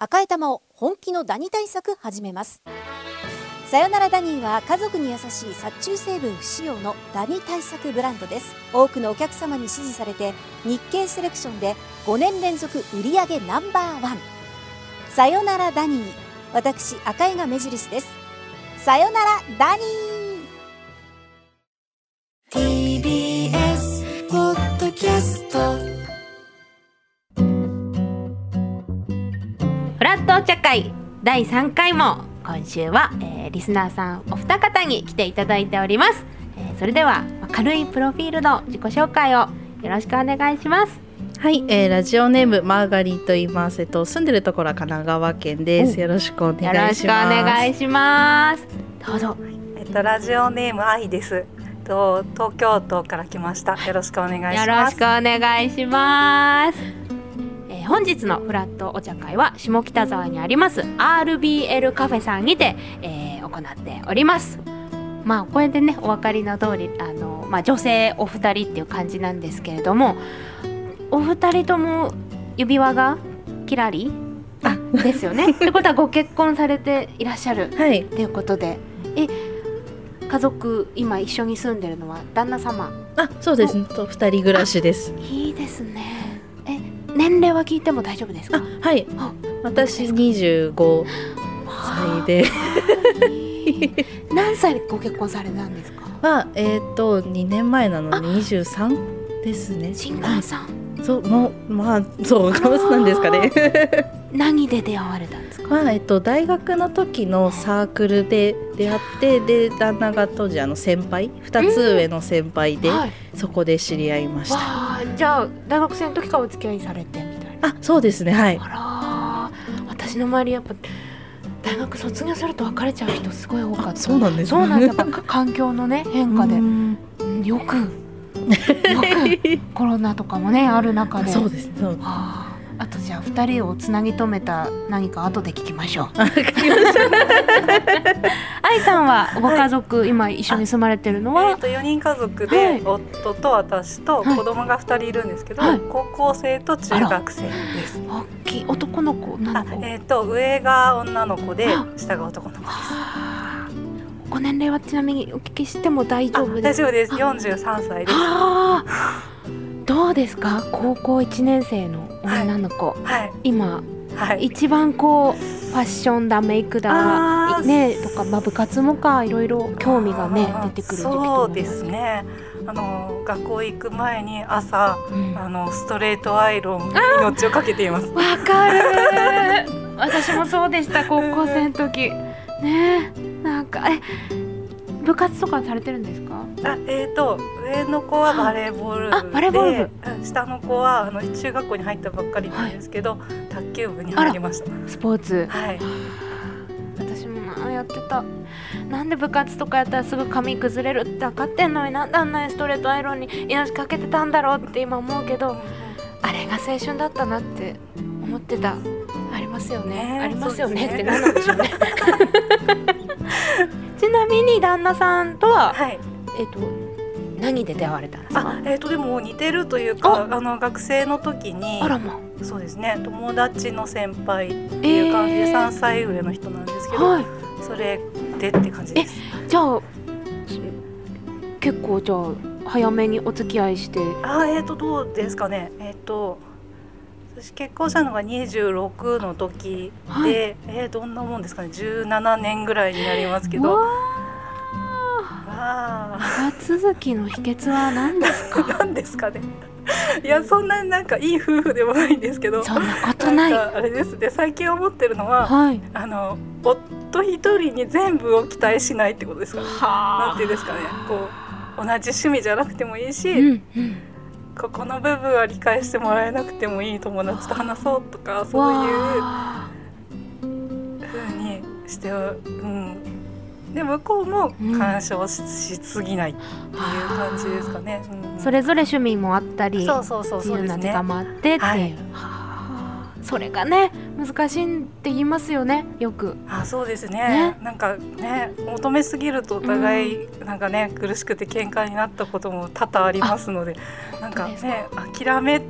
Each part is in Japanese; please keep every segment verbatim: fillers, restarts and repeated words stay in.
赤い玉を本気のダニ対策始めます。さよならダニーは家族に優しい殺虫成分不使用のダニ対策ブランドです。多くのお客様に支持されて日経セレクションでごねん連続売上ナンバーワン。さよならダニー、私赤井が目印です。さよならダニー。 ティービーエス ポッドキャストフラットお茶会だいさんかいも今週は、えー、リスナーさんお二方に来ていただいております。えー、それでは軽いプロフィールの自己紹介をよろしくお願いします。 はい、えー、ラジオネームマーガリーと言います。えっと、住んでるところは神奈川県です。よろしくお願いします。 よろしくお願いします。どうぞ。 えっと、ラジオネームアイです。と東京都から来ました。よろしくお願いします。 よろしくお願いします。えー、本日のフラットお茶会は下北沢にあります アールビーエル カフェさんにて、えー、行っております。まあこれでねお分かりの通りあの、まあ、女性お二人っていう感じなんですけれども、お二人とも指輪がキラリあですよね。ってことはご結婚されていらっしゃると、はい、いうことで、え家族今一緒に住んでるのは旦那様？ あ、そうですね。と二人暮らしです。 いいですね。え年齢は聞いても大丈夫ですか？ あ、はい。私にじゅうごさいで何歳でご結婚されたんですか？ はえっ、ー、とにねんまえなのでにじゅうさんですね。 シンガーさん。 そうもうまあそうなんですかね。 何で出会われたんですか？ まあえっと、大学の時のサークルで出会って、で旦那が当時あの先輩ふたつ上の先輩で、はい、そこで知り合いました。 じゃあ大学生の時からお付き合いされてみたいな。 あ、そうですね。はい。 あら、私の周りやっぱ大学卒業すると別れちゃう人すごい多かった。 そうなんですね。 そうなんです。やっぱ環境のね変化でよくよくコロナとかもねある中で。 そうですね。そう。 あ, あとじゃあふたりをつなぎ止めた何か後で聞きましょう。愛さんはご家族、はい、今一緒に住まれてるのは、 えー、とよにん家族で、はい、夫と私と子供がふたりいるんですけど、はい、高校生と中学生です。 大きい男の子女の子？ えー、と上が女の子で下が男の子です。 ご年齢はちなみにお聞きしても大丈夫ですか？ 大丈夫です。よんじゅうさんさいです。 どうですか？高校いちねん生の女の子、はいはい、今、はい、一番こうファッションだメイクだ、ね、とか、まあ、部活もかいろいろ興味がね出てくる時期と思います。 そうですね。あの学校行く前に朝、うん、あのストレートアイロンに命をかけています。 わかる私もそうでした高校生の時ね。なんかえ部活とかされてるんですか？ あ、えーと上の子はバレーボールで、 あ、バレーボール部。 下の子はあの中学校に入ったばっかりなんですけど、はい、卓球部に入りました。 スポーツ、 はい、 私もなやってた。なんで部活とかやったらすぐ髪崩れるって分かってんのになんであんなにストレートアイロンに命かけてたんだろうって今思うけど、あれが青春だったなって思ってた。ありますよね、ありますよねって何なんでしょうね。ちなみに旦那さんとは、はい、えっと何で出会われたんですか？ あ、えーとでも似てるというか、あの学生の時に、 あらま、 そうですね、友達の先輩っていう感じでさんさい上の人なんですけど、はい、それでって感じです。 え、じゃあ結構じゃあ早めにお付き合いして。 あ、えーとどうですかね。えーと私結婚したのがにじゅうろくの時で、はい、えー、どんなもんですかね。じゅうななねんぐらいになりますけど。 長続きの秘訣は何ですか？ 何ですかね。いや、そんななんかいい夫婦でもないんですけど、 そんなことない。 なんかあれですね、最近思ってるのは、はい、あの夫一人に全部を期待しないってことですかね。なんていうんですかね、こう同じ趣味じゃなくてもいいし、うんうん、ここの部分は理解してもらえなくてもいい友達と話そうとか、そういう風にして、うん、で向こうも干渉 し,、うん、しすぎないっていう感じですかね。うん、 それぞれ趣味もあったり、 そうそうそうそうですね、 自由な時間もあってっていう、はい、それがね難しいって言いますよね、よく。 あ、そうです ね, ねなんかね求めすぎるとお互いなんかね、うん、苦しくて喧嘩になったことも多々ありますので、なんかね諦めて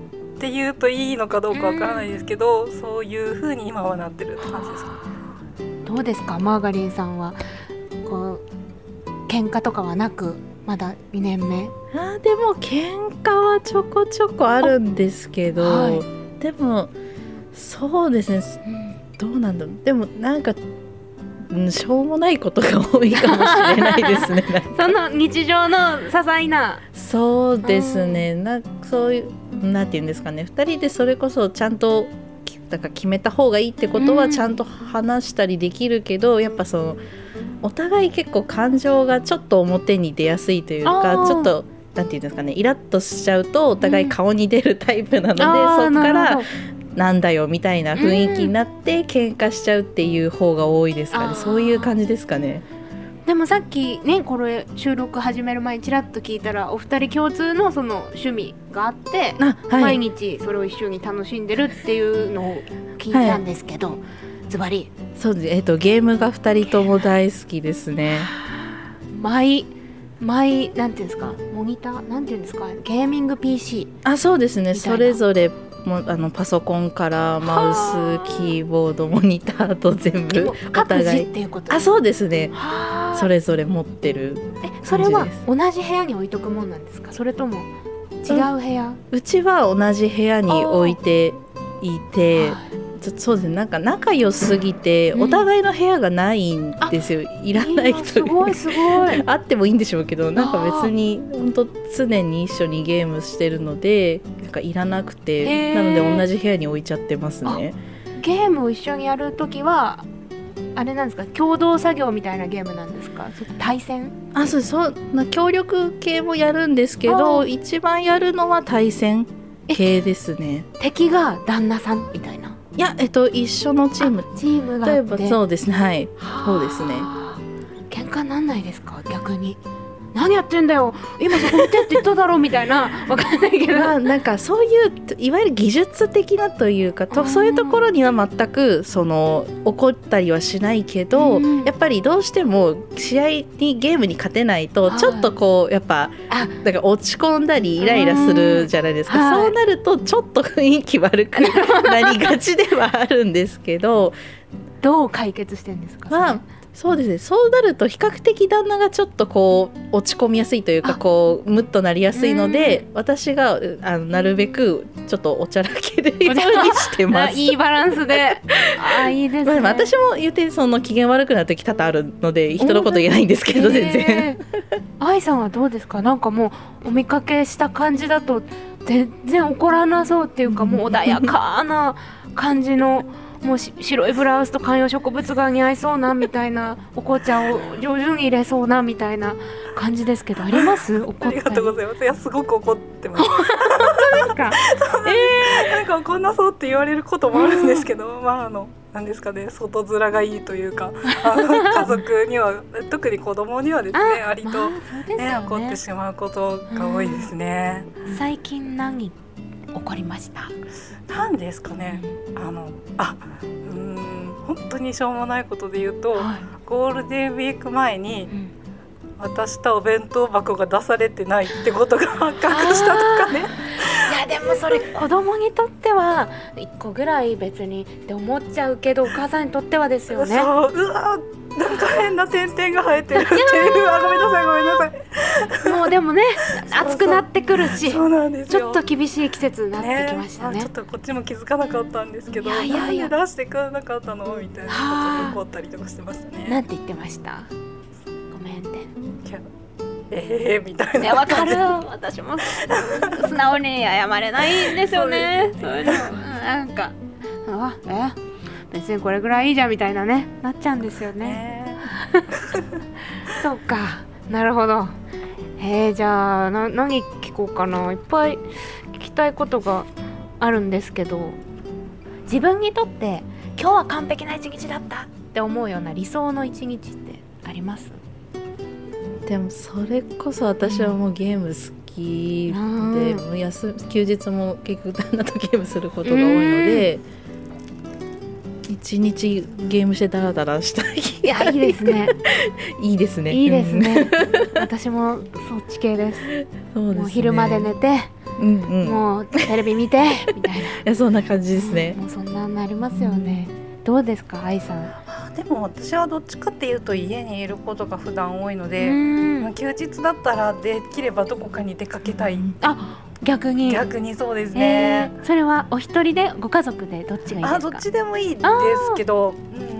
って言うといいのかどうかわからないですけど、うん、そういう風に今はなってるって感じですか。 どうですかマーガリンさんは、こう喧嘩とかはなくまだにねんめ。 あでも喧嘩はちょこちょこあるんですけど、はい、でもそうですね、うん、どうなんだろう。でもなんか、うん、しょうもないことが多いかもしれないですねその日常の些細な。 そうですね、なそういうなんていうんですかね、ふたりでそれこそちゃんとだから決めた方がいいってことはちゃんと話したりできるけど、うん、やっぱそのお互い結構感情がちょっと表に出やすいというか、ちょっとなんていうんですかね、イラッとしちゃうとお互い顔に出るタイプなので、うん、そこからなんだよみたいな雰囲気になって喧嘩しちゃうっていう方が多いですかね、うん、そういう感じですかね。 でもさっきねこれ収録始める前にちらっと聞いたら、お二人共通のその趣味があって、はい、毎日それを一緒に楽しんでるっていうのを聞いたんですけど、はい、ズバリそうです、えーと、ゲームがふたりとも大好きですね。 マイマイなんていうんですか、モニターなんていうんですか、ゲーミング ピーシー。 あそうですね、それぞれもあのパソコンからマウス、キーボード、モニターと全部お互いっていうこと、ね、 あそうですね、それぞれ持ってる。 えそれは同じ部屋に置いとくもんなんですか、それとも違う部屋？ うちは同じ部屋に置いていて、そうですね、なんか仲良すぎてお互いの部屋がないんですよ、うん、いらないというすごいすごいあってもいいんでしょうけど、なんか別に本当常に一緒にゲームしてるのでなんかいらなくて、なので同じ部屋に置いちゃってますね。 ゲームを一緒にやるときはあれなんですか、共同作業みたいなゲームなんですか、対戦？ あそうそんな協力系もやるんですけど、一番やるのは対戦系ですね。 敵が旦那さんみたいな？ いや、えっと、一緒のチーム、 チームがあって、 例えばそうですね、はい、そうですね。 喧嘩なんないですか逆に？何やってんだよ今そこ見てって言っただろうみたいな、わかんないけど、 まあ、なんかそういういわゆる技術的なというかと、そういうところには全くその怒ったりはしないけど、うん、やっぱりどうしても試合にゲームに勝てないとちょっとこうやっぱだから落ち込んだりイライラするじゃないですか、うん、そうなるとちょっと雰囲気悪くなりがちではあるんですけどどう解決してるんですか？ まあそうですね、そうなると比較的旦那がちょっとこう落ち込みやすいというか、こうムッとなりやすいので、私があのなるべくちょっとおちゃらけるようにしてます。 いいバランスであいいですね。 まあ、私も言ってその機嫌悪くなる時多々あるので人のこと言えないんですけど、全然愛さんはどうですか？なんかもうお見かけした感じだと全然怒らなそうっていうか、もう穏やかな感じのもう白いブラウスと観葉植物が似合いそうなみたいな、お紅茶を上手に入れそうなみたいな感じですけど、あります？怒ったり。 ありがとうございます。いやすごく怒ってます。 本当ですか？ えー、なんか怒んなそうって言われることもあるんですけど、まああのなんですかね、外面がいいというか、あの家族には特に子供にはですね、割と、まあねね、怒ってしまうことが多いですね。 最近何起こりました？ なんですかね、あのあうーん本当にしょうもないことで言うと、はい、ゴールデンウィーク前に、うん、渡したお弁当箱が出されてないってことが発覚したとかね。 いやでもそれ子供にとってはいっこぐらい別にって思っちゃうけど、お母さんにとってはですよね。 そううわなんか変な点々が生えてるっていうあごめんなさいごめんなさい。 もうでもね暑くなってくるし、 そうなんですよ、 ちょっと厳しい季節になってきましたね。 ね、ちょっとこっちも気づかなかったんですけど、いやいやいやなんで出してくれなかったのみたいなことに怒ったりとかしてましたね。 なんて言ってました？ごめんって。 いやえーみたいな。 わかる私も素直に謝れないんですよね。そういうのなんかあえ別にこれぐらいいいじゃんみたいなねなっちゃうんですよね。そうか、なるほど。えー、じゃあな何聞こうかな。いっぱい聞きたいことがあるんですけど、自分にとって今日は完璧な一日だったって思うような理想の一日ってあります？ でもそれこそ私はもうゲーム好きで、うん、もう休休日も結局旦那とゲームすることが多いので、一日ゲームしてダラダラしたい。 いやいいですね。 いいですね。 いいですね。私もそっち系です。 そうですね。 もう昼まで寝てうんうん、 もうテレビ見てみたいな。いやそんな感じですね。 もうそんなになりますよね。どうですか愛さん。 でも私はどっちかっていうと家にいることが普段多いので、 うん休日だったらできればどこかに出かけたい。 あ、逆に逆にそうですね、 えー、それはお一人でご家族でどっちがいいですか？ あ、どっちでもいいですけど、うんうんうん、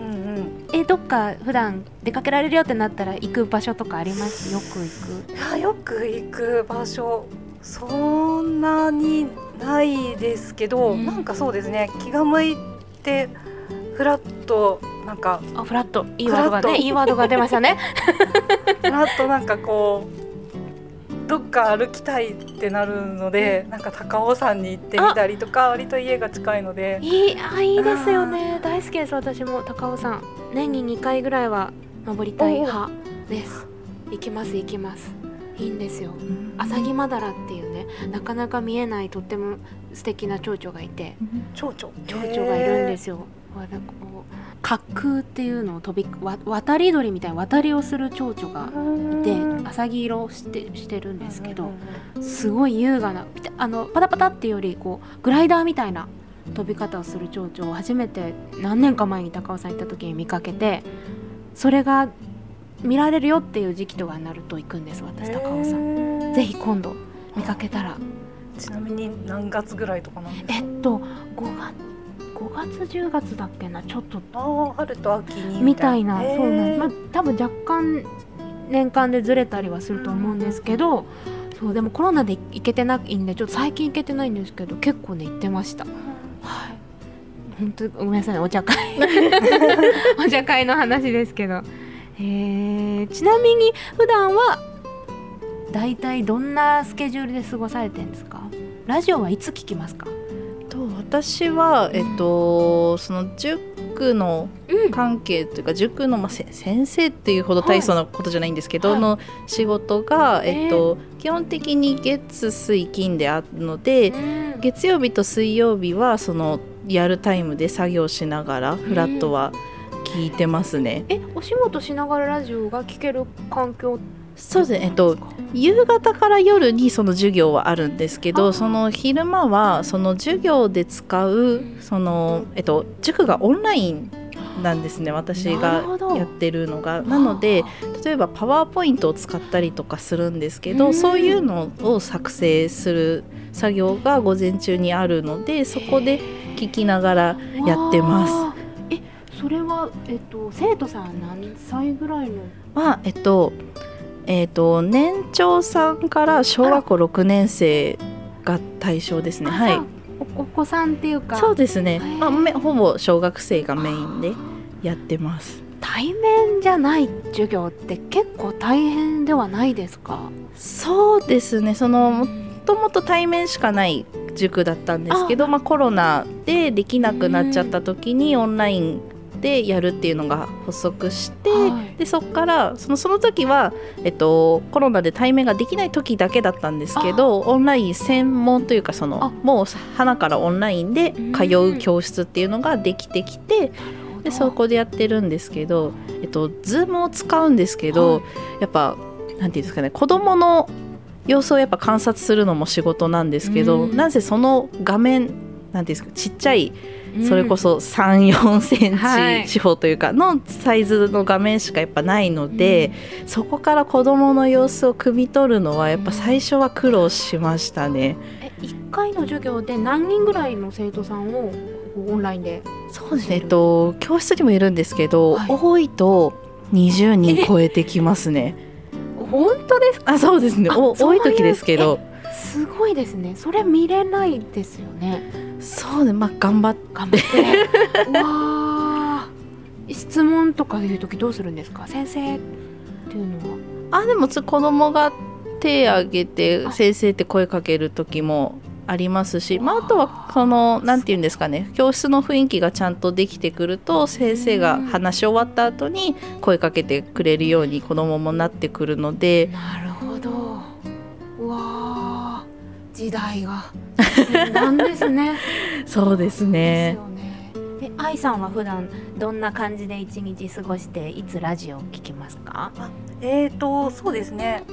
えどっか普段出かけられるよってなったら行く場所とかあります？よく行く。 いや、よく行く場所そんなにないですけど、うん、なんかそうですね、気が向いてフラッとなんかあフラットいいワードがねいいワードが出ましたね。 フラッとなんかこうどっか歩きたいってなるので、なんか高尾山に行ってみたりとか、割と家が近いのでいい、あいいですよね。大好きです。私も高尾山年ににかいぐらいは登りたい派です。行きます行きます。いいんですよ。アサギマダラっていうね、なかなか見えないとっても素敵な蝶々がいて、 蝶々 蝶々がいるんですよ。なんかこう滑空っていうのを飛び渡り鳥みたいな渡りをする蝶々がいて、アサギ色をしてしてるんですけど、すごい優雅なあのパタパタっていうよりこうグライダーみたいな飛び方をする蝶々を初めて何年か前に高尾山行った時に見かけて、それが見られるよっていう時期とかになると行くんです。私高尾山ぜひ今度見かけたら。 ちなみに何月ぐらいとかなんですか？ えっとごがつごがつじゅうがつだっけな、ちょっとあ春と秋にみたいな、そうなん、まあ、多分若干年間でずれたりはすると思うんですけど、そうでもコロナで行けてないんでちょっと最近行けてないんですけど、結構ね行ってました。はい、本当ごめんなさいね、お茶会お茶会の話ですけど、えー、ちなみに普段はだいたいどんなスケジュールで過ごされてるんですか？ラジオはいつ聞きますか？ と私は、えっと、その塾の関係というか、うん、塾の、まあ、先生っていうほど大層なことじゃないんですけど、はい、の仕事が、えっと、えー、基本的に月水金であるので、うん、月曜日と水曜日はそのリアルタイムで作業しながらフラットは聞いてますね。 え、お仕事しながらラジオが聞ける環境ってそうですね、えっと、夕方から夜にその授業はあるんですけど、その昼間はその授業で使うその、えっと、塾がオンラインなんですね、私がやってるのが。なので例えばパワーポイントを使ったりとかするんですけど、そういうのを作成する作業が午前中にあるので、そこで聞きながらやってます。 え、それは、えっと、生徒さん何歳ぐらいのは、えっとえー、と年長さんから小学校ろくねん生が対象ですね。はい、 お, お子さんっていうか。 そうですね、まあ、ほぼ小学生がメインでやってます。 対面じゃない授業って結構大変ではないですか？ そうですね、そのもともと対面しかない塾だったんですけど、まあ、コロナでできなくなっちゃった時にオンラインでやるっていうのが発足して、はい、でそこからそのその時は、えっと、コロナで対面ができない時だけだったんですけど、オンライン専門というかそのもう花からオンラインで通う教室っていうのができてきて、でそこでやってるんですけど、えっと、Zoom を使うんですけど、はい、やっぱなんていうんですかね、子どもの様子をやっぱ観察するのも仕事なんですけど、なぜその画面なんていうんですか、ちっちゃいそれこそさん、よんセンチ四方というかのサイズの画面しかやっぱないので、うん、そこから子どもの様子を汲み取るのはやっぱ最初は苦労しましたね。 え、いっかいの授業で何人ぐらいの生徒さんをオンラインで？ そうですね、えっと、教室にもいるんですけど、はい、多いとにじゅうにん超えてきますね。 本当ですか？ あ、そうですね、お多い時ですけど。 すごいですね。それ見れないですよね。 そうね、まあ頑張っ頑張ってうわ質問とかいう時どうするんですか、先生っていうのは？ あ、でも子供が手を挙げて先生って声かける時もありますし、まあ、あとはそのなんていうんですかね、教室の雰囲気がちゃんとできてくると先生が話し終わった後に声かけてくれるように子供もなってくるので。 なるほど、うわ時代がなんですね。 そうですね。 え、愛さんは普段どんな感じで一日過ごして、いつラジオを聞きますか？ あ、えーとそうですね、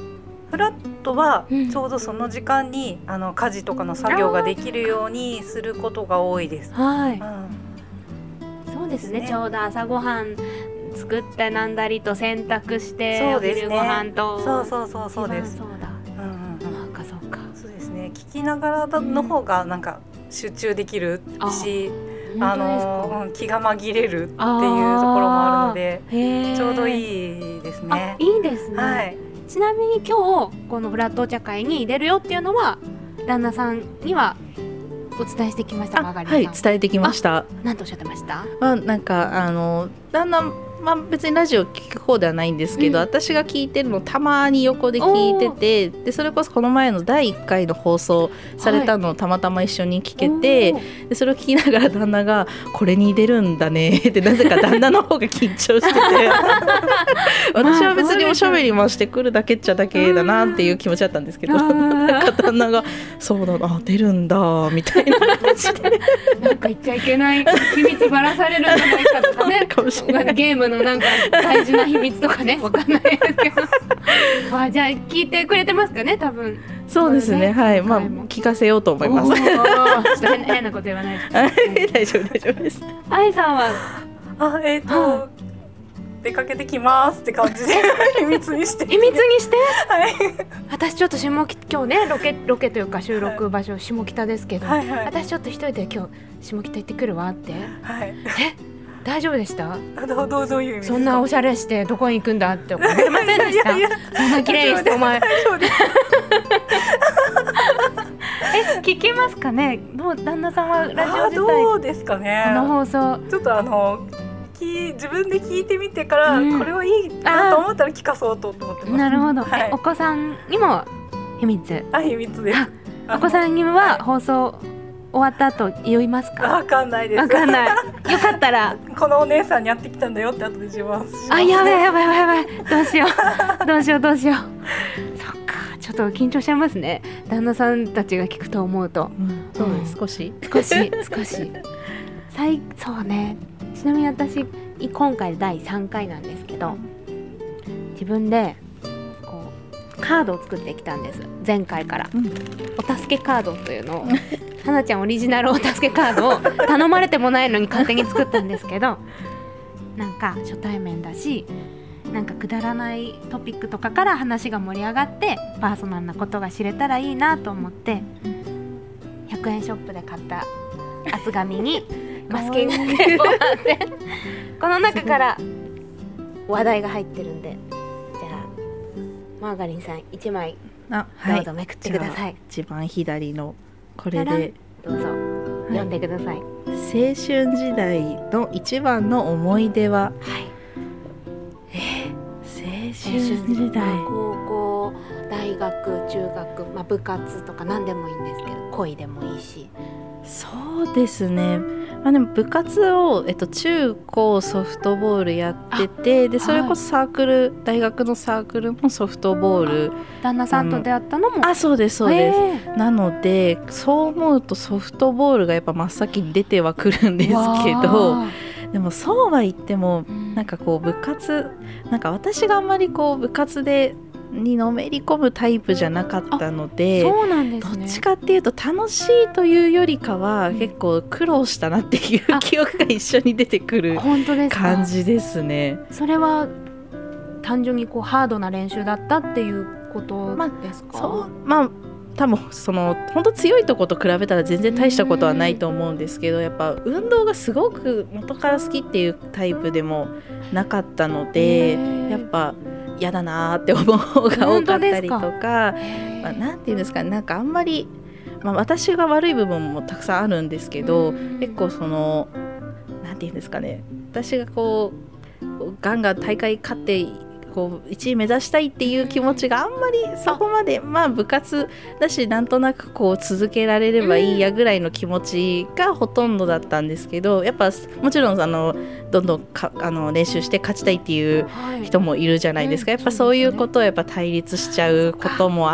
フラットはちょうどその時間に、うん、あの家事とかの作業ができるようにすることが多いです。 はい、 うん、 そうですね。ちょうど朝ごはん作ってなんだりと洗濯してそうですね、 お昼ご飯とそうそうそうそうです。 そうだ。うんうんうん。なんかそうか。 そうですね。聞きながらの方がなんか集中できるし、うん、あの、うん、気が紛れるっていうところもあるので、ちょうどいいですね。 いいですね。 はい。 ちなみに今日このフラットお茶会に出るよっていうのは旦那さんにはお伝えしてきましたか？ はい、伝えてきました。 何とおっしゃってました？ まあ、なんかあの旦那、まあ、別にラジオ聞く方ではないんですけど、うん、私が聞いてるのたまに横で聞いてて、でそれこそこの前のだいいっかいの放送されたのをたまたま一緒に聞けて、はい、でそれを聞きながら旦那がこれに出るんだねってなぜか旦那の方が緊張してて私は別におしゃべりもしてくるだけっちゃだけだなっていう気持ちだったんですけど、なんか旦那がそうだな出るんだみたいな感じでなんか言っちゃいけない秘密ばらされるんじゃないかとかねかもしれないゲームのなんか大事な秘密とかねわかんないですけどあじゃあ聞いてくれてますかね多分。 そうですね、はい、まあ聞かせようと思います。ちょっと変, 変なこと言わないで大丈夫大丈夫です。 愛さんはあえっ、ー、と、はあ、出かけてきますって感じで秘密にして秘密にして、 はい、 私ちょっと下北今日ねロケロケというか収録場所、はい、下北ですけど、はいはい、私ちょっと一人で今日下北行ってくるわって、はい、え大丈夫でした？ どうどうどういう意味ですか？ そんなおしゃれしてどこに行くんだって思いませんでした？いやいやそんな綺麗にしてお前え聞きますかね？どう旦那さんはラジオ自体どうですかね？ この放送ちょっとあの自分で聞いてみてから、うん、これはいいなと思ったら聞かそうと思ってます。 なるほど、 はい、 お子さんにも秘密？ あ秘密です。 お子さんには放送終わった後言いますか？ わかんないです。 わかんない。よかったらこのお姉さんにやってきたんだよって後で自慢します。 あやばいやばいやばいやばいどうしようどうしようどうしようそっかちょっと緊張しちゃいますね旦那さんたちが聞くと思うと、 うん、そうです、うん、少し少し少しそうね。ちなみに私今回だいさんかいなんですけど自分でこうカードを作ってきたんです前回から、うん、お助けカードというのをはなちゃんオリジナルお助けカードを頼まれてもないのに勝手に作ったんですけどなんか初対面だしなんかくだらないトピックとかから話が盛り上がってパーソナルなことが知れたらいいなと思ってひゃくえんショップで買った厚紙にマスキングテープを貼ってこの中から話題が入ってるんでじゃあマーガリンさんいちまいどうぞめくってください、はい、 一番左のこれでどうぞ、はい、読んでください。青春時代の一番の思い出は、はいえー、青春時代高校大学中学、まあ、部活とか何でもいいんですけど恋でもいいし。 そうですね、まあ、でも部活を、えっと、中高ソフトボールやっててでそれこそサークル、はい、大学のサークルもソフトボール旦那さんと出会ったのもあそうですそうですなのでそう思うとソフトボールがやっぱ真っ先に出てはくるんですけどでもそうは言ってもなんかこう部活なんか私があんまりこう部活でにのめり込むタイプじゃなかったので、 そうなんですね、 どっちかっていうと楽しいというよりかは、うん、結構苦労したなっていう記憶が一緒に出てくる感じですね。 それは単純にこうハードな練習だったっていうことですか？ まあ、そうまあ多分その本当強いとこと比べたら全然大したことはないと思うんですけどやっぱ運動がすごく元から好きっていうタイプでもなかったのでやっぱ嫌だなって思う方が多かったりとか、まあ、なんていうんですかねなんかあんまり、まあ、私が悪い部分もたくさんあるんですけど結構そのなんていうんですかね私がこうガンガン大会勝ってこういちい目指したいっていう気持ちがあんまりそこまでまあ部活だしなんとなくこう続けられればいいやぐらいの気持ちがほとんどだったんですけどやっぱもちろんあのどんどんかあの練習して勝ちたいっていう人もいるじゃないですか、はい、やっぱそういうことをやっぱ対立しちゃうこともあって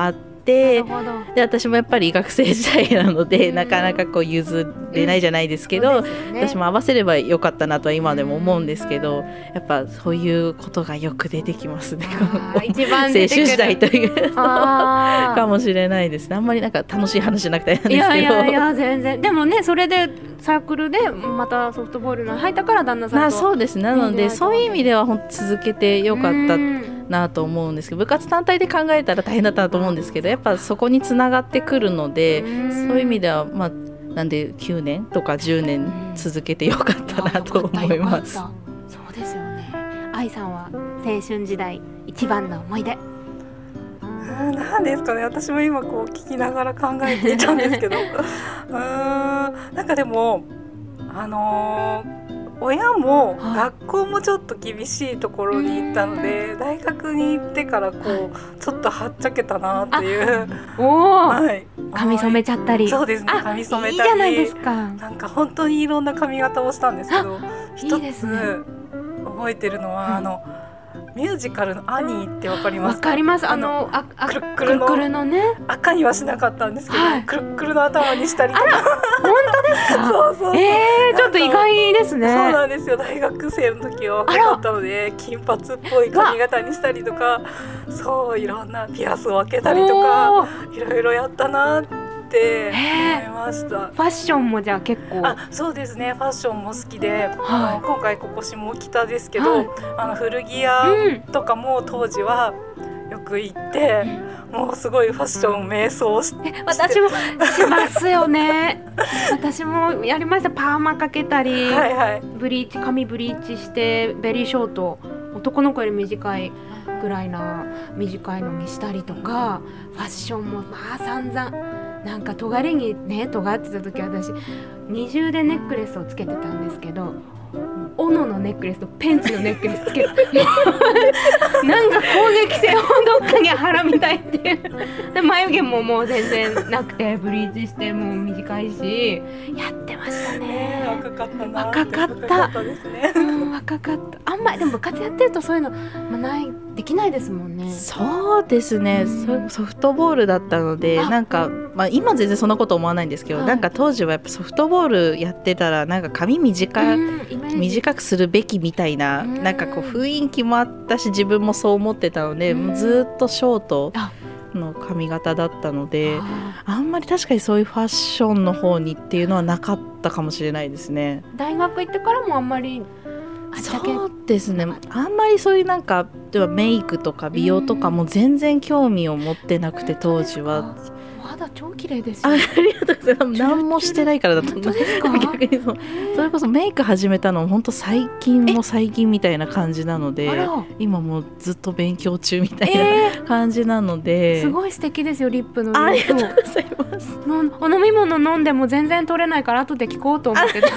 て、で私もやっぱり学生時代なので、うん、なかなかこう譲れないじゃないですけど、うんですね、私も合わせればよかったなとは今でも思うんですけど、やっぱそういうことがよく出てきますね。 一番出てくる青春時代というのかもしれないですね。あんまりなんか楽しい話じゃなくてなんですけど、いやいやいや全然。でもね、それでサークルでまたソフトボールの入ったから旦那さんと、 そうです。なのでそういう意味では本当続けてよかったなと思うんですけど、部活単体で考えたら大変だったなと思うんですけど、やっぱそこにつながってくるので、そういう意味ではまあなんできゅうねんとかじゅうねん続けてよかったなと思います。 そうですよね。愛さんは青春時代一番の思い出なんですかね。私も今こう聞きながら考えていたんですけどうーんなんかでもあのー親も学校もちょっと厳しいところに行ったので、大学に行ってからこうちょっとはっちゃけたなっていう、 お、はい、髪染めちゃったり、 そうですね、髪染めたり、 いいじゃないですか。 なんか本当にいろんな髪型をしたんですけど、一つ覚えてるのは、うん、あのミュージカルのアニーってわかりますか？ わかります。あのああくるくる の, くるのね、 赤にはしなかったんですけど、はい、くるくるの頭にしたりとか。 あら、本当ですか？ そうそうそう、 えー、ちょっと意外ですね。 そうなんですよ。大学生の時は若かったので金髪っぽい髪型にしたりとか、そういろんなピアスを開けたりとかいろいろやったなってって思いました。 ファッションもじゃあ結構、 あ、そうですね、ファッションも好きで、はい、あの今回ここ下北ですけど、はい、あの古着屋とかも当時はよく行って、うん、もうすごいファッション迷走し、 うん、私もしますよね私もやりました。パーマかけたり、はいはい、ブリーチ髪ブリーチしてベリーショート、男の子より短いぐらいな短いのにしたりとか、ファッションもまあ散々なんか尖りにね尖ってた時、私二重でネックレスをつけてたんですけど、斧のネックレスとペンチのネックレスつけてなんか攻撃性をどっかに腹みたいっていうで、眉毛ももう全然なくてブリーチしてもう短いしやってましたね。 若かったな。 若かったですね、うん、若かった。あんまりでも部活やってるとそういうの、まあ、ないできないですもんね。 そうですね、うん、ソフトボールだったので、なんか、まあ、今全然そんなこと思わないんですけど、はい、なんか当時はやっぱソフトボールやってたらなんか髪短い、うん、短くするべきみたいな、うん、なんかこう雰囲気もあったし、自分もそう思ってたので、うん、ずっとショートの髪型だったので、あんまり確かにそういうファッションの方にっていうのはなかったかもしれないですね。 大学行ってからもあんまり、 そうですね、あんまりそういうなんかではメイクとか美容とかも全然興味を持ってなくて、当時は。 肌超綺麗ですよ。 あ, ありがとうございます。何もしてないからだと思う。逆にそう、それこそメイク始めたの本当最近も最近みたいな感じなので、今もうずっと勉強中みたいな感じなので、 すごい素敵ですよ、リップの色。 ありがとうございます。 お飲み物飲んでも全然取れないから後で聞こうと思って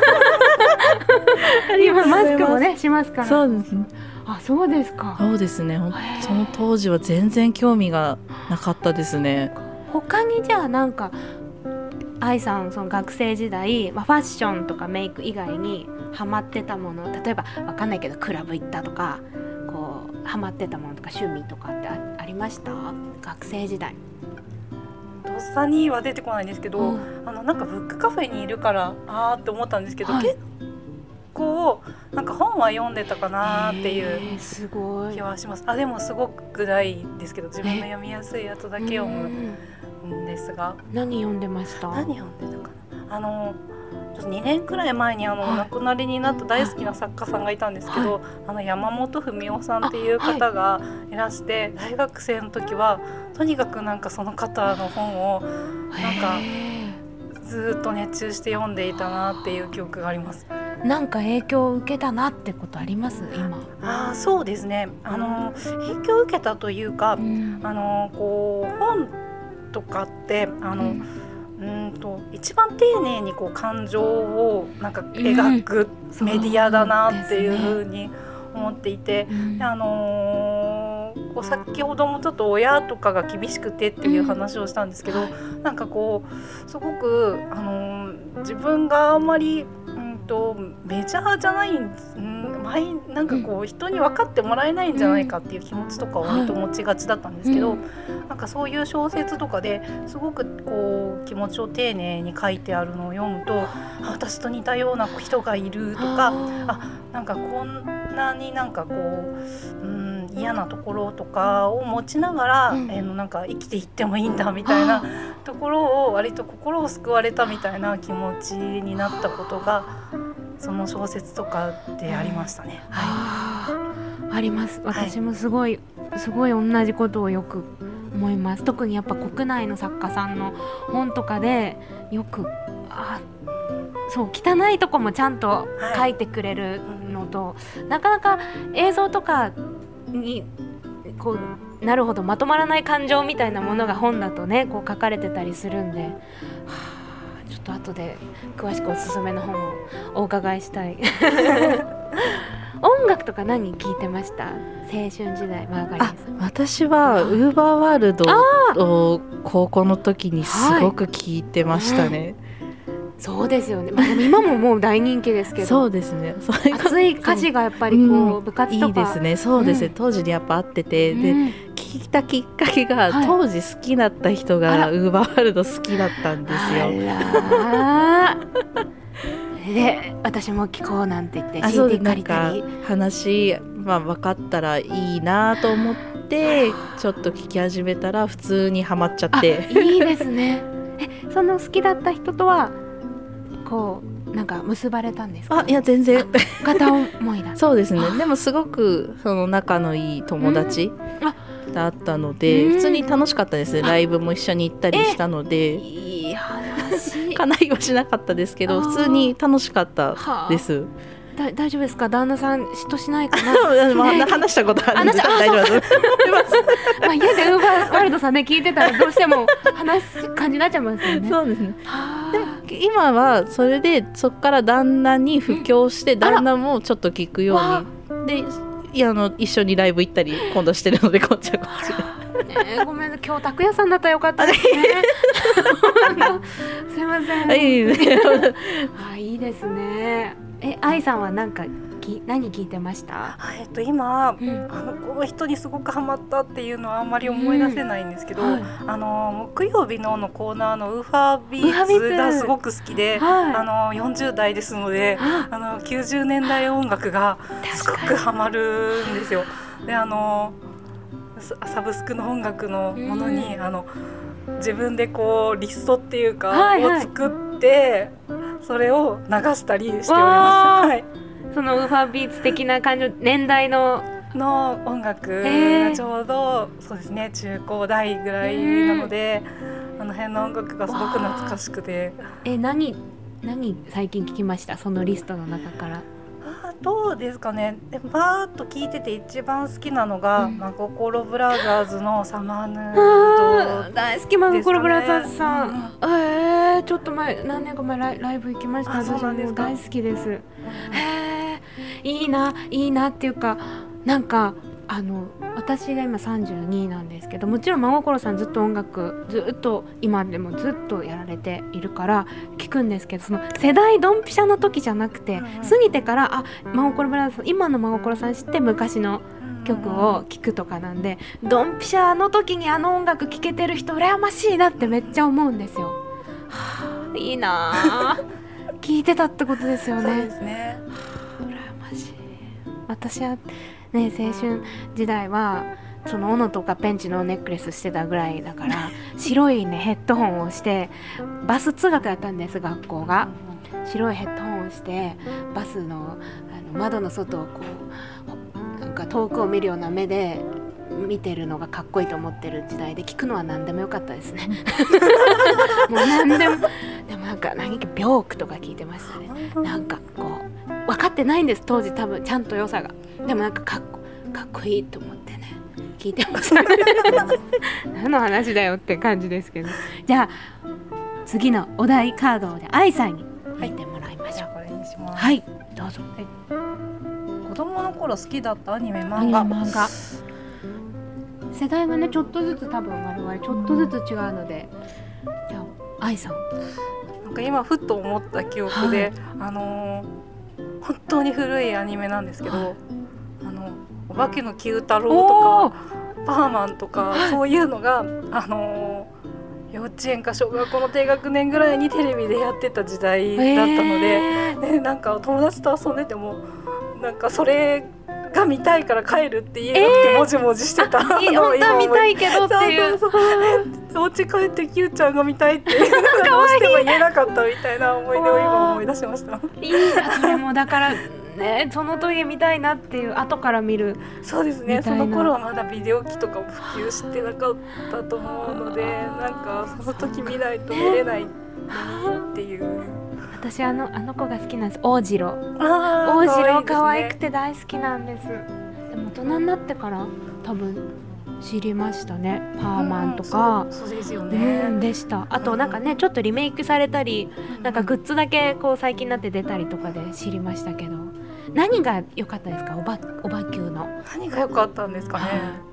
今マスクもねしますから。 そうですね。 あ、そうですか。 そうですね、その当時は全然興味がなかったですね。 他にじゃあなんか愛さんその学生時代、まあ、ファッションとかメイク以外にハマってたもの、例えばわかんないけどクラブ行ったとか、こうハマってたものとか趣味とかって あ, ありました？学生時代。 とっさには出てこないんですけど、うん、あのなんかブックカフェにいるからあーって思ったんですけど、はい、結構なんか本は読んでたかなっていう気はします。あ、でもすごくないですけど、自分の読みやすいやつだけ読むんですが。 何読んでました？ 何読んでたかな。あのにねんくらい前にあの、はい、亡くなりになった大好きな作家さんがいたんですけど、はい、あの山本文夫さんっていう方がいらして、はい、大学生の時はとにかくなんかその方の本をなんかずっと熱中して読んでいたなっていう記憶があります。 なんか影響を受けたなってことあります？今。 あ、そうですね、あの影響を受けたというか、うん、あのこう本とかってあの、うんうんと一番丁寧にこう感情をなんか描くメディアだなっていうふうに思っていて、うん、であのー、こう先ほどもちょっと親とかが厳しくてっていう話をしたんですけど、うん、なんかこうすごく、あのー、自分があんまり、うんとメジャーじゃないん、うん、前なんかこう人に分かってもらえないんじゃないかっていう気持ちとかを割と持ちがちだったんですけど、うん、なんかそういう小説とかですごくこう気持ちを丁寧に書いてあるのを読むと、私と似たような人がいるとか、あなんかこんなになんかこう、うん嫌なところとかを持ちながら、うんえー、なんか生きていってもいいんだみたいなところを割と心を救われたみたいな気持ちになったことがその小説とかでありましたね。 はい、あります。私もすごい、はい、すごい同じことをよく思います。特にやっぱ国内の作家さんの本とかでよくあそう汚いとこもちゃんと書いてくれるのと、はい、なかなか映像とかにこうなるほどまとまらない感情みたいなものが本だとねこう書かれてたりするんで、はあ、ちょっと後で詳しくおすすめの本をお伺いしたい音楽とか何聴いてました？青春時代マーガリーさん。 私はウーバーワールドを高校の時にすごく聴いてましたね、はいうんそうですよね、まあ、今ももう大人気ですけどそうですね熱い歌詞がやっぱりこう、うん、部活とかいいですねそうですね、うん、当時にやっぱ合ってて、うん、で聞いたきっかけが、はい、当時好きだった人がウーバーワールド好きだったんですよ。 あらで私も聞こうなんて言って シーディー 借りたり話、まあ、分かったらいいなと思ってちょっと聞き始めたら普通にハマっちゃっていいですねえその好きだった人とはこうなんか結ばれたんですか？ あいや全然片思いだそうですねでもすごくその仲のいい友達だったので、うん、普通に楽しかったですねライブも一緒に行ったりしたのでいい話叶いはしなかったですけど普通に楽しかったです。 だ大丈夫ですか旦那さん嫉妬しないかな話したことあるんで大丈夫ですまあ家でウーバーワールドさんね聞いてたらどうしても話す感じになっちゃいますよね。 そうですねで今はそれでそこから旦那に布教して旦那もちょっと聞くようにでいやあの一緒にライブ行ったり今度してるのでこっちはこっちね、ごめん今日拓也さんだったらよかったですねすいませんいいですねあいいですねえ愛さんは何かき何聞いてました？ えっと今、うん、あのこの人にすごくハマったっていうのはあんまり思い出せないんですけど、うんはい、あの木曜日ののコーナーのウーファービーツがすごく好きで、はい、あのよんじゅう代ですのであのきゅうじゅうねんだい音楽がすごくハマるんですよ。であのサブスクの音楽のものに、うん、あの自分でこうリストっていうか、はいはい、を作ってそれを流したりしております、はい、 そのウーファービーツ的な感じの年代のの音楽がちょうどそうですね中高大ぐらいなので、あの辺の音楽がすごく懐かしくてえ何何最近聞きましたそのリストの中から？ どうですかねでバーッと聞いてて一番好きなのが、うん、真心ブラザーズのサマヌード、 ね、大好き真心ブラザーズさん、うん、えー、ちょっと前何年か前ライ、ライブ行きました。私も大好きです、うん、へーいいないいなっていうかなんかあの私が今さんじゅうになんですけどもちろん真心さんずっと音楽ずっと今でもずっとやられているから聞くんですけどその世代ドンピシャの時じゃなくて、うんうん、過ぎてからあ真心ブラザーズさん今の真心さん知って昔の曲を聴くとかなんで、うんうん、ドンピシャの時にあの音楽聴けてる人羨ましいなってめっちゃ思うんですよ。はあ、いいな聴いてたってことですよね。 そうですね、 はあ、羨ましい。私はね、青春時代はその斧とかペンチのネックレスしてたぐらいだから白いねヘッドホンをしてバス通学だったんです学校が。白いヘッドホンをしてバスの、あの窓の外をこうなんか遠くを見るような目で見てるのがかっこいいと思ってる時代で聞くのは何でもよかったですねもう何でもでもなんか何かビョークとか聞いてましたね。なんかこう分かってないんです当時多分ちゃんと良さが。でもなんかかっこ、かっこいいと思ってね聞いてました何の話だよって感じですけど。じゃあ次のお題カードで愛さんに入ってもらいましょう。 はい、これにします。 はいどうぞ。はい、 子供の頃好きだったアニメ漫画。 漫画世代がねちょっとずつ多分我々ちょっとずつ違うので、じゃあ愛さん。 なんか今ふっと思った記憶で、はい、あのー、本当に古いアニメなんですけど、はい、あのお化けの Q 太郎とかパーマンとか、はい、そういうのが、あのー、幼稚園か小学校の低学年ぐらいにテレビでやってた時代だったので、えーね、なんか友達と遊んでてもなんかそれが見たいから帰るって言えなくてもじもじしてた、 えー、本当は見たいけどっていう、 そうそうそう、お家帰って Q ちゃんが見たいってどうしても言えなかったみたいな思い出を今思い出しました。 いいな、それもだからね、その時見たいなっていう後から見る。 そうですね、その頃はまだビデオ機とかも普及してなかったと思うので、なんかその時見ないと見れないっていう。 私あの、あの子が好きなんです。大次郎。大次郎可愛くて大好きなんです。でも大人になってから多分知りましたね。パーマンとか、 うん、そう、そうですよね、 うん、でした。あとなんかね、ちょっとリメイクされたり、うん、なんかグッズだけこう最近になって出たりとかで知りましたけど、何が良かったですか？おば、おばきゅうの何が良かったんですかね、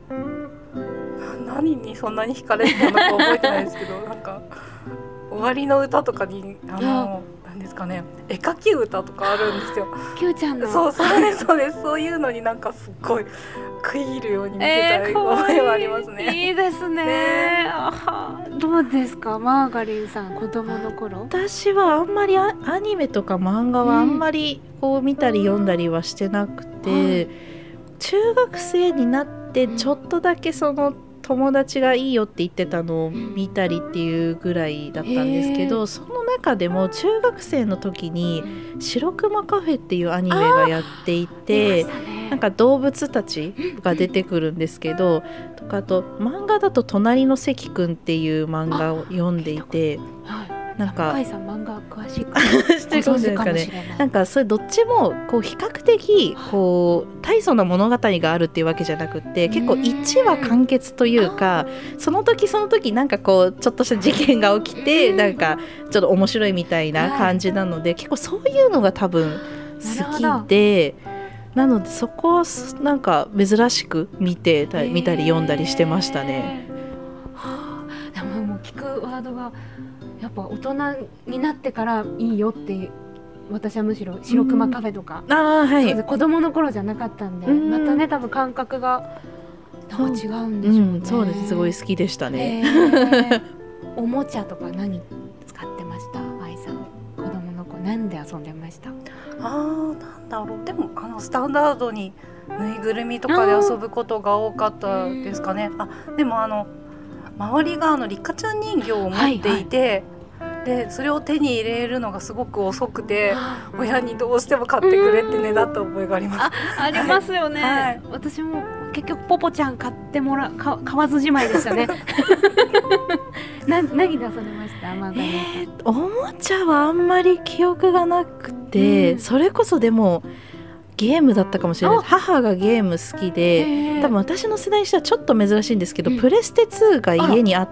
何にそんなに惹かれてたのか覚えてないですけどなんか終わりの歌とかにあのなんですかね、絵描き歌とかあるんですよ。 キューちゃんの。 そうそうですそうです。そういうのになんかすっごい食い入るように見てた思いはありますね。 えー、いいですね。ね、あ、どうですかマーガリンさん、子供の頃。 私はあんまりアニメとか漫画はあんまりこう見たり読んだりはしてなくて、うん、中学生になってちょっとだけその友達がいいよって言ってたのを見たりっていうぐらいだったんですけど、その中でも中学生の時に白熊カフェっていうアニメがやっていて、なんか動物たちが出てくるんですけど、とかあと漫画だと隣の関くんっていう漫画を読んでいて、なんか向井さん漫画詳しいかしてるかもしれないですかね。なんかそれどっちもこう比較的こう大層な物語があるっていうわけじゃなくて、結構いちわ完結というか、その時その時なんかこうちょっとした事件が起きてなんかちょっと面白いみたいな感じなので、結構そういうのが多分好きで、なのでそこをなんか珍しく見てた見たり読んだりしてましたね。 はあ、でももう聞くワードがやっぱ大人になってからいいよって、私はむしろ白熊カフェとか、 うん、あ、はい、 子供の頃じゃなかったんで、うん、またね多分感覚がなんか違うんでしょうね。うん、 そうです、すごい好きでしたね。 おもちゃとか何使ってました？愛さん、子供の子何で遊んでました？ あー、なんだろう、でもあのスタンダードにぬいぐるみとかで遊ぶことが多かったですかね。あ、でもあの周りがあのリカちゃん人形を持っていて、はいはい、でそれを手に入れるのがすごく遅くて、親にどうしても買ってくれってねだった覚えがあります。 あ, ありますよね、はい、私も結局ポポちゃん買ってもらか買わずじまいでしたね。な何で遊んでました？マーガリンさん。 えー、おもちゃはあんまり記憶がなくて、うん、それこそでもゲームだったかもしれない。母がゲーム好きで、多分私の世代にしてはちょっと珍しいんですけど、うん、プレステツーが家にあって、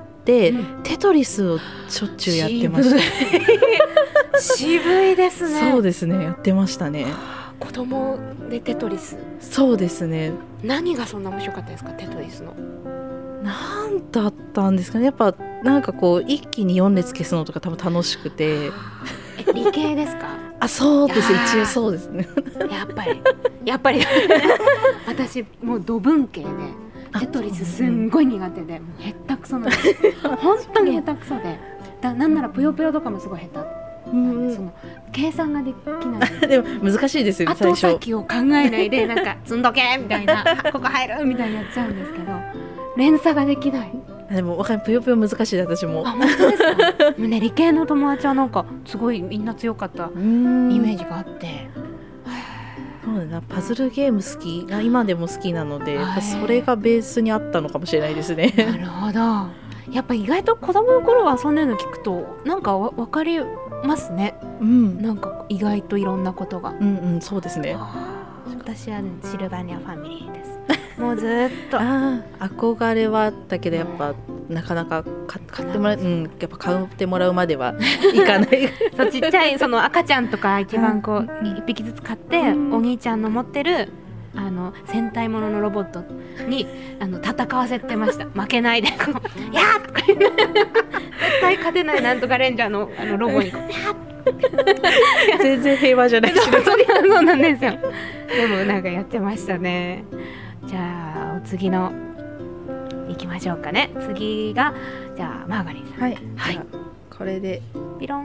うん、テトリスをしょっちゅうやってました。 渋いですね。 そうですね、やってましたね。 子供でテトリス。 そうですね。 何がそんな面白かったですか？テトリスのなんだったんですかね。やっぱなんかこう一気によん列消すのとか多分楽しくて。 え、理系ですか？ あ、そうです、一応そうですね。 やっぱりやっぱり私もう土文系でテトリスすんごい苦手で、もうへったくそなんです本当にへったくそで、だなんならぷよぷよとかもすごい下手、うん、その計算ができないでも難しいですよね、最初。 後先を考えないでなんか積んどけみたいなここ入るみたいにやっちゃうんですけど、連鎖ができない。 でもわかる、ぷよぷよ難しいで私も。 あ、本当ですか？ね、理系の友達はなんかすごいみんな強かったイメージがあって。 そうだな、パズルゲーム好きが今でも好きなので、やっぱそれがベースにあったのかもしれないですね。 なるほど。やっぱ意外と子供の頃は遊んでるの聞くとなんかわ分かりますね、うん、なんか意外といろんなことが。 うんうん、そうですね。 私はシルバニアファミリーです。もうずっとあ憧れはあったけど、やっぱなかなか買ってもらう、うん、やっぱ買ってもらうまではいかないそう、ちっちゃいその赤ちゃんとか一番こう一匹ずつ買って、うん、お兄ちゃんの持ってるあの戦隊もののロボットにあの戦わせてました。負けないでこうやーとか言って絶対勝てないなんとかレンジャーのあのロボにこうやー全然平和じゃないし、ね、 そうそうなんですよ。でもなんかやってましたね。じゃあお次の行きましょうかね。次がじゃあマーガリンさん。 はい、 はい、 これでピロン。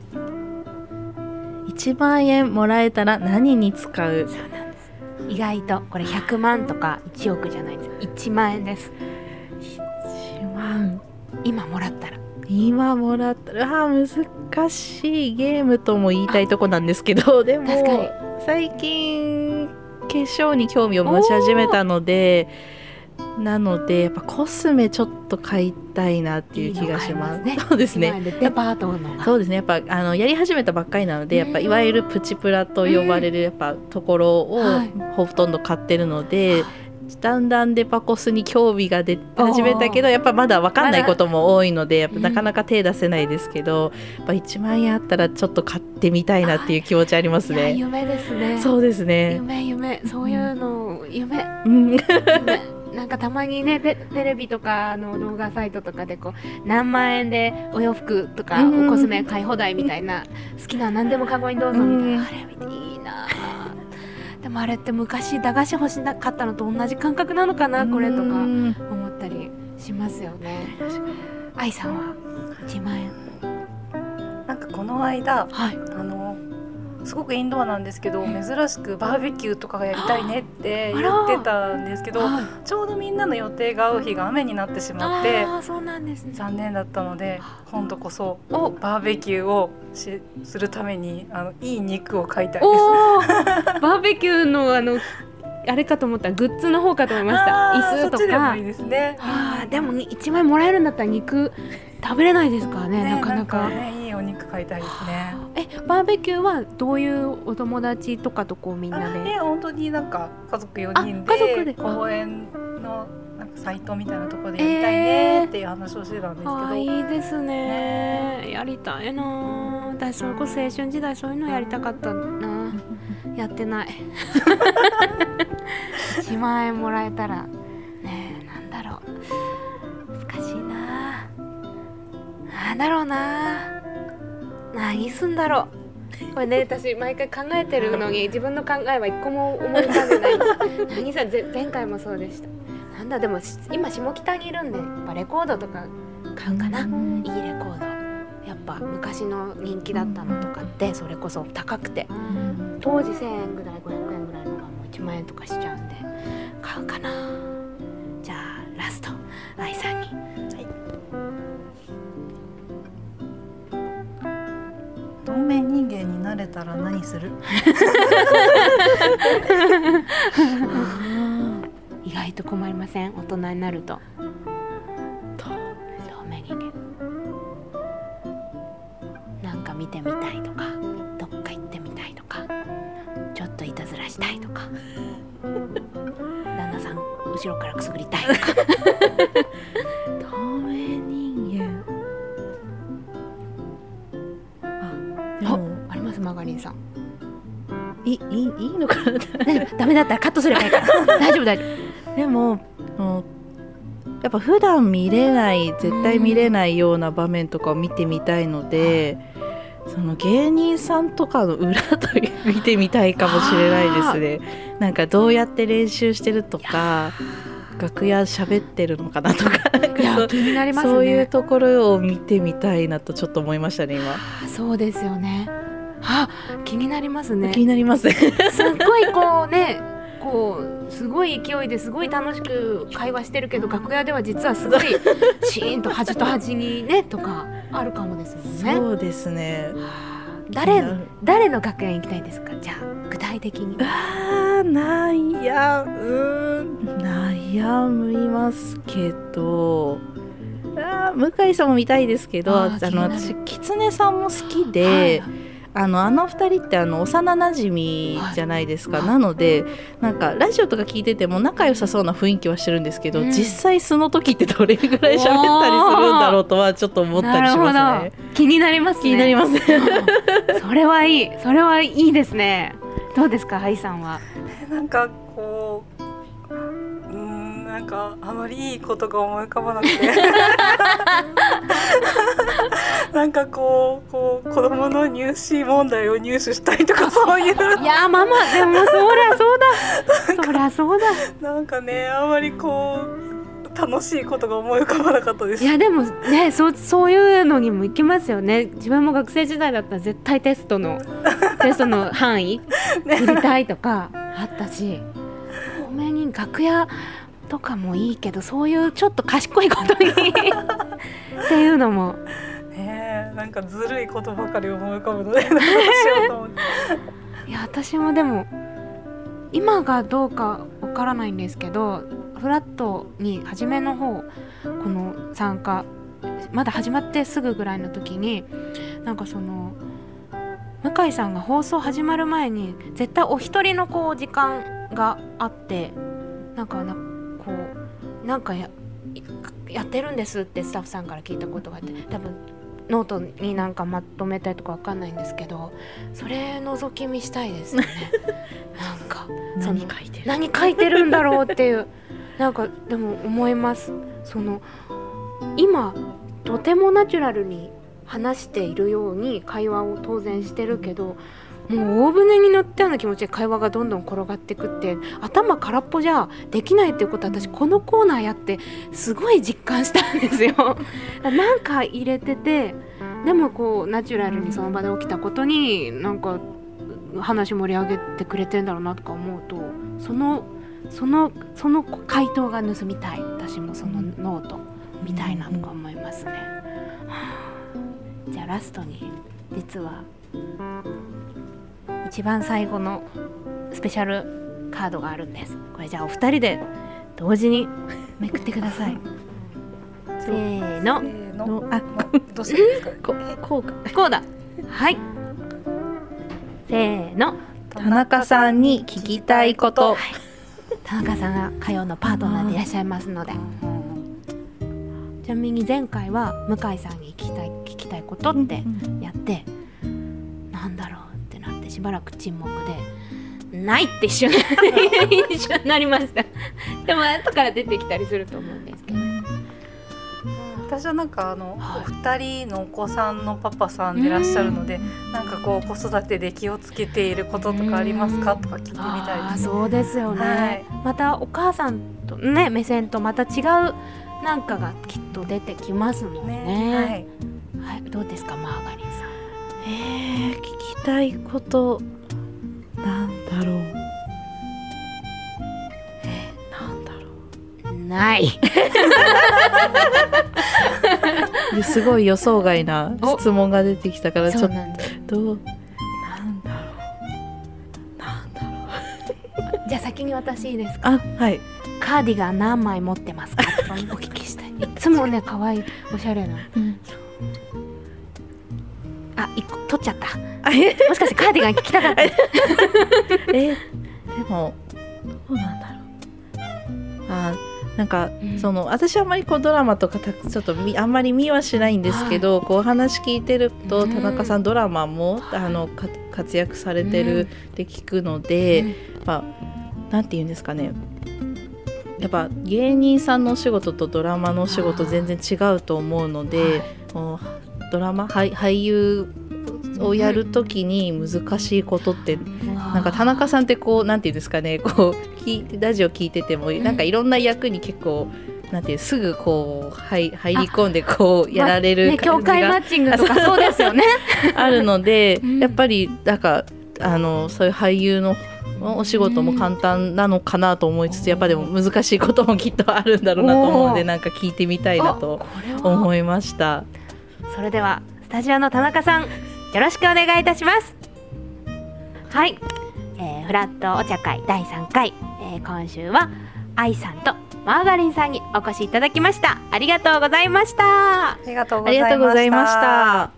いちまんえんもらえたら何に使う？ そうなんです。意外とこれひゃくまんとかいちおくじゃないです。いちまんえんです。 いちまん今もらったら今もらったらあ難しいゲームとも言いたいとこなんですけど、でも最近化粧に興味を持ち始めたので、なのでやっぱコスメちょっと買いたいなっていう気がします。 いいの買いますね。 そうですね。 デパートのそうですね。やっぱあのやり始めたばっかりなので、やっぱいわゆるプチプラと呼ばれるやっぱところをほとんど買ってるので、だんだんデパコスに興味が出始めたけど、やっぱまだ分かんないことも多いので、やっぱなかなか手出せないですけど、やっぱいちまんえんあったらちょっと買ってみたいなっていう気持ちありますね。 いや夢ですね。 そうですね。 夢夢そういうの夢。 うん、 夢なんかたまにねテレビとかの動画サイトとかでこう何万円でお洋服とかおコスメ買い放題みたいな、好きな何でもカゴにどうぞみたいな、あれ見ていいな。でもあれって昔駄菓子欲しかったのと同じ感覚なのかなこれとか思ったりしますよね。愛さんはいちまんえん。 なんかこの間、 はい、 あのすごくインドアなんですけど、珍しくバーベキューとかがやりたいねって言ってたんですけど、ちょうどみんなの予定が合う日が雨になってしまって、 あそうなんですね、 残念だったので、今度こそバーベキューをしするためにあのいい肉を買いたいです。 バーベキューのあのあれかと思ったらグッズの方かと思いました。椅子とか。そっちでもいいですね。あでもいちまんえんもらえるんだったら肉食べれないですからね、ねなかなか。 なんかね、いいお肉買いたいですね。 えバーベキューはどういうお友達とかとこうみんなで？ ね、本当になんか家族よにんで、家族で公園のなんかサイトみたいなところでやりたいねっていう話をしてたんですけど、 あいいですね、ねやりたいな。私それこそ青春時代そういうのやりたかったな。やってない。いちまんえんもらえたらねえ、なんだろう、難しいな。なんだろうな、何すんだろう。これね、私毎回考えてるのに自分の考えは一個も思い浮かんでない。何さ前回もそうでした。なんだでも今下北にいるんで、やっぱレコードとか買うかな、いいレコード。やっぱ昔の人気だったのとかってそれこそ高くて、当時せんえんぐらいごひゃくえんぐらいのがもういちまんえんとかしちゃうんで買うかな。じゃあラスト愛さんに、はい、 透明人間になれたら何する？ 意外と困りません？大人になると透明人間なんか見てみたいとか、どっか行ってみたいとか、ちょっといたずらしたいとか、旦那さん後ろからくすぐりたいとか。 透明人間、あでもあ, あります。マガリンさんいいいいのかな。 ダメだったらカットすればいいから大丈夫大丈夫。 でもやっぱ普段見れない絶対見れないような場面とかを見てみたいので、うん、その芸人さんとかの裏という見てみたいかもしれないですね。なんかどうやって練習してるとか、楽屋喋ってるのかなとか、なんかそ、 気になりますね。 そういうところを見てみたいなとちょっと思いましたね今。 そうですよね。あ、気になりますね。 気になりますね。 すっごいこうね、こうすごい勢いですごい楽しく会話してるけど、楽屋では実はすごいシーンと端と端にねとかあるかもですもんね。 そうですね。 誰誰の楽屋に行きたいですか？じゃあ具体的に。 あー悩うーん悩みますけど、あ向井さんも見たいですけど、ああの私狐さんも好きで、はい、あのあのふたりってあの幼なじみじゃないですか、はい、なのでなんかラジオとか聞いてても仲良さそうな雰囲気はしてるんですけど、うん、実際素の時ってどれぐらい喋ったりするんだろうとはちょっと思ったりしますね。 気になりますね。 気になりますね。 それはいい、それはいいですね。どうですか、ハイさんは。 ななんかこう、うーん、なんかあまりいいことが思い浮かばなくてなんかこう、こう子供の入試問題を入手したいとかそういういやママでもそりゃそうだそりゃそうだなんかね、あまりこう楽しいことが思い浮かばなかったです。 いやでもね、そ、そういうのにも行きますよね。自分も学生時代だったら絶対テストのテストの範囲知りたいとかあったし、多めに楽屋とかもいいけど、そういうちょっと賢いことにっていうのもね、なんかずるいことばかり思い浮かぶのでどうしようと思っていや私もでも今がどうかわからないんですけど、フラットに初めの方この参加まだ始まってすぐぐらいの時に、なんかその向井さんが放送始まる前に絶対お一人のこう時間があって、なんかなこうなんか や, やってるんですってスタッフさんから聞いたことがあって、多分ノートになんかまとめたりとかわかんないんですけど、それ覗き見したいですよねなんかその何書いてる何書いてるんだろうっていうなんかでも思います。その今とてもナチュラルに話しているように会話を当然してるけど、もう大船に乗ったような気持ちで会話がどんどん転がってくって、頭空っぽじゃできないっていうことは私このコーナーやってすごい実感したんですよなんか入れてて、でもこうナチュラルにその場で起きたことになんか話盛り上げてくれてんだろうなとか思うと、そのそのその回答が盗みたい、私もそのノートみたいなとか思いますね、うん、じゃあラストに実は一番最後のスペシャルカードがあるんです。これじゃあお二人で同時にめくってくださいせーのせーのあどうしたらいいですかねここうかこうだはいせーの田中さんに聞きたいこと、はい、 田中さんが火曜のパートナーでいらっしゃいますので、ちなみに前回は向井さんに聞きたい、聞きたいことってやって、うんうん、なんだろうってなってしばらく沈黙でないって一瞬一瞬なりましたでも後から出てきたりすると思うんですけど、 私はなんかあの、はい、お二人のお子さんのパパさんでいらっしゃるので、んなんかこう子育てで気をつけていることとかありますかとか聞いてみたいです、ね、 そうですよね、はい、またお母さんとね目線とまた違うなんかがきっと出てきますもんね、ね、はいはい、どうですかマーガリンさん。 えー、聞きたいことなんだろうえー、なんだろうないすごい予想外な質問が出てきたからちょっとどうなんだろうなんだろうじゃあ先に私いいですか。 あ、はい。 カーディガン何枚持ってますかお聞きしたい。いつもね可愛いおしゃれな、うん、あ、一個取っちゃった。もしかしてカーディガン聞きたかったえでもどうなんだろう。あ、なんか、うん、その私はあんまりこうドラマとかちょっとあんまり見はしないんですけど、はい、こう話聞いてると、うん、田中さんドラマもあの活躍されてるって聞くので、うん、まあなんて言うんですかね、やっぱ芸人さんのお仕事とドラマのお仕事全然違うと思うので、はい、ドラマ俳優をやるときに難しいことって、うん、なんか田中さんってこうなんていうんですかね、こう聞いてラジオ聞いてても、うん、なんかいろんな役に結構なんていうすぐこう 入, 入り込んでこうやられる感じが、 まね、境界マッチングとかそうですよねあるので、うん、やっぱりなんかあのそういう俳優のお仕事も簡単なのかなと思いつつ、やっぱでも難しいこともきっとあるんだろうなと思うので、なんか聞いてみたいなと思いました。 それではスタジオの田中さんよろしくお願いいたします。はい、えー、フラットお茶会だいさんかい、えー、今週は愛さんとマーガリンさんにお越しいただきました。ありがとうございました。 ありがとうございました。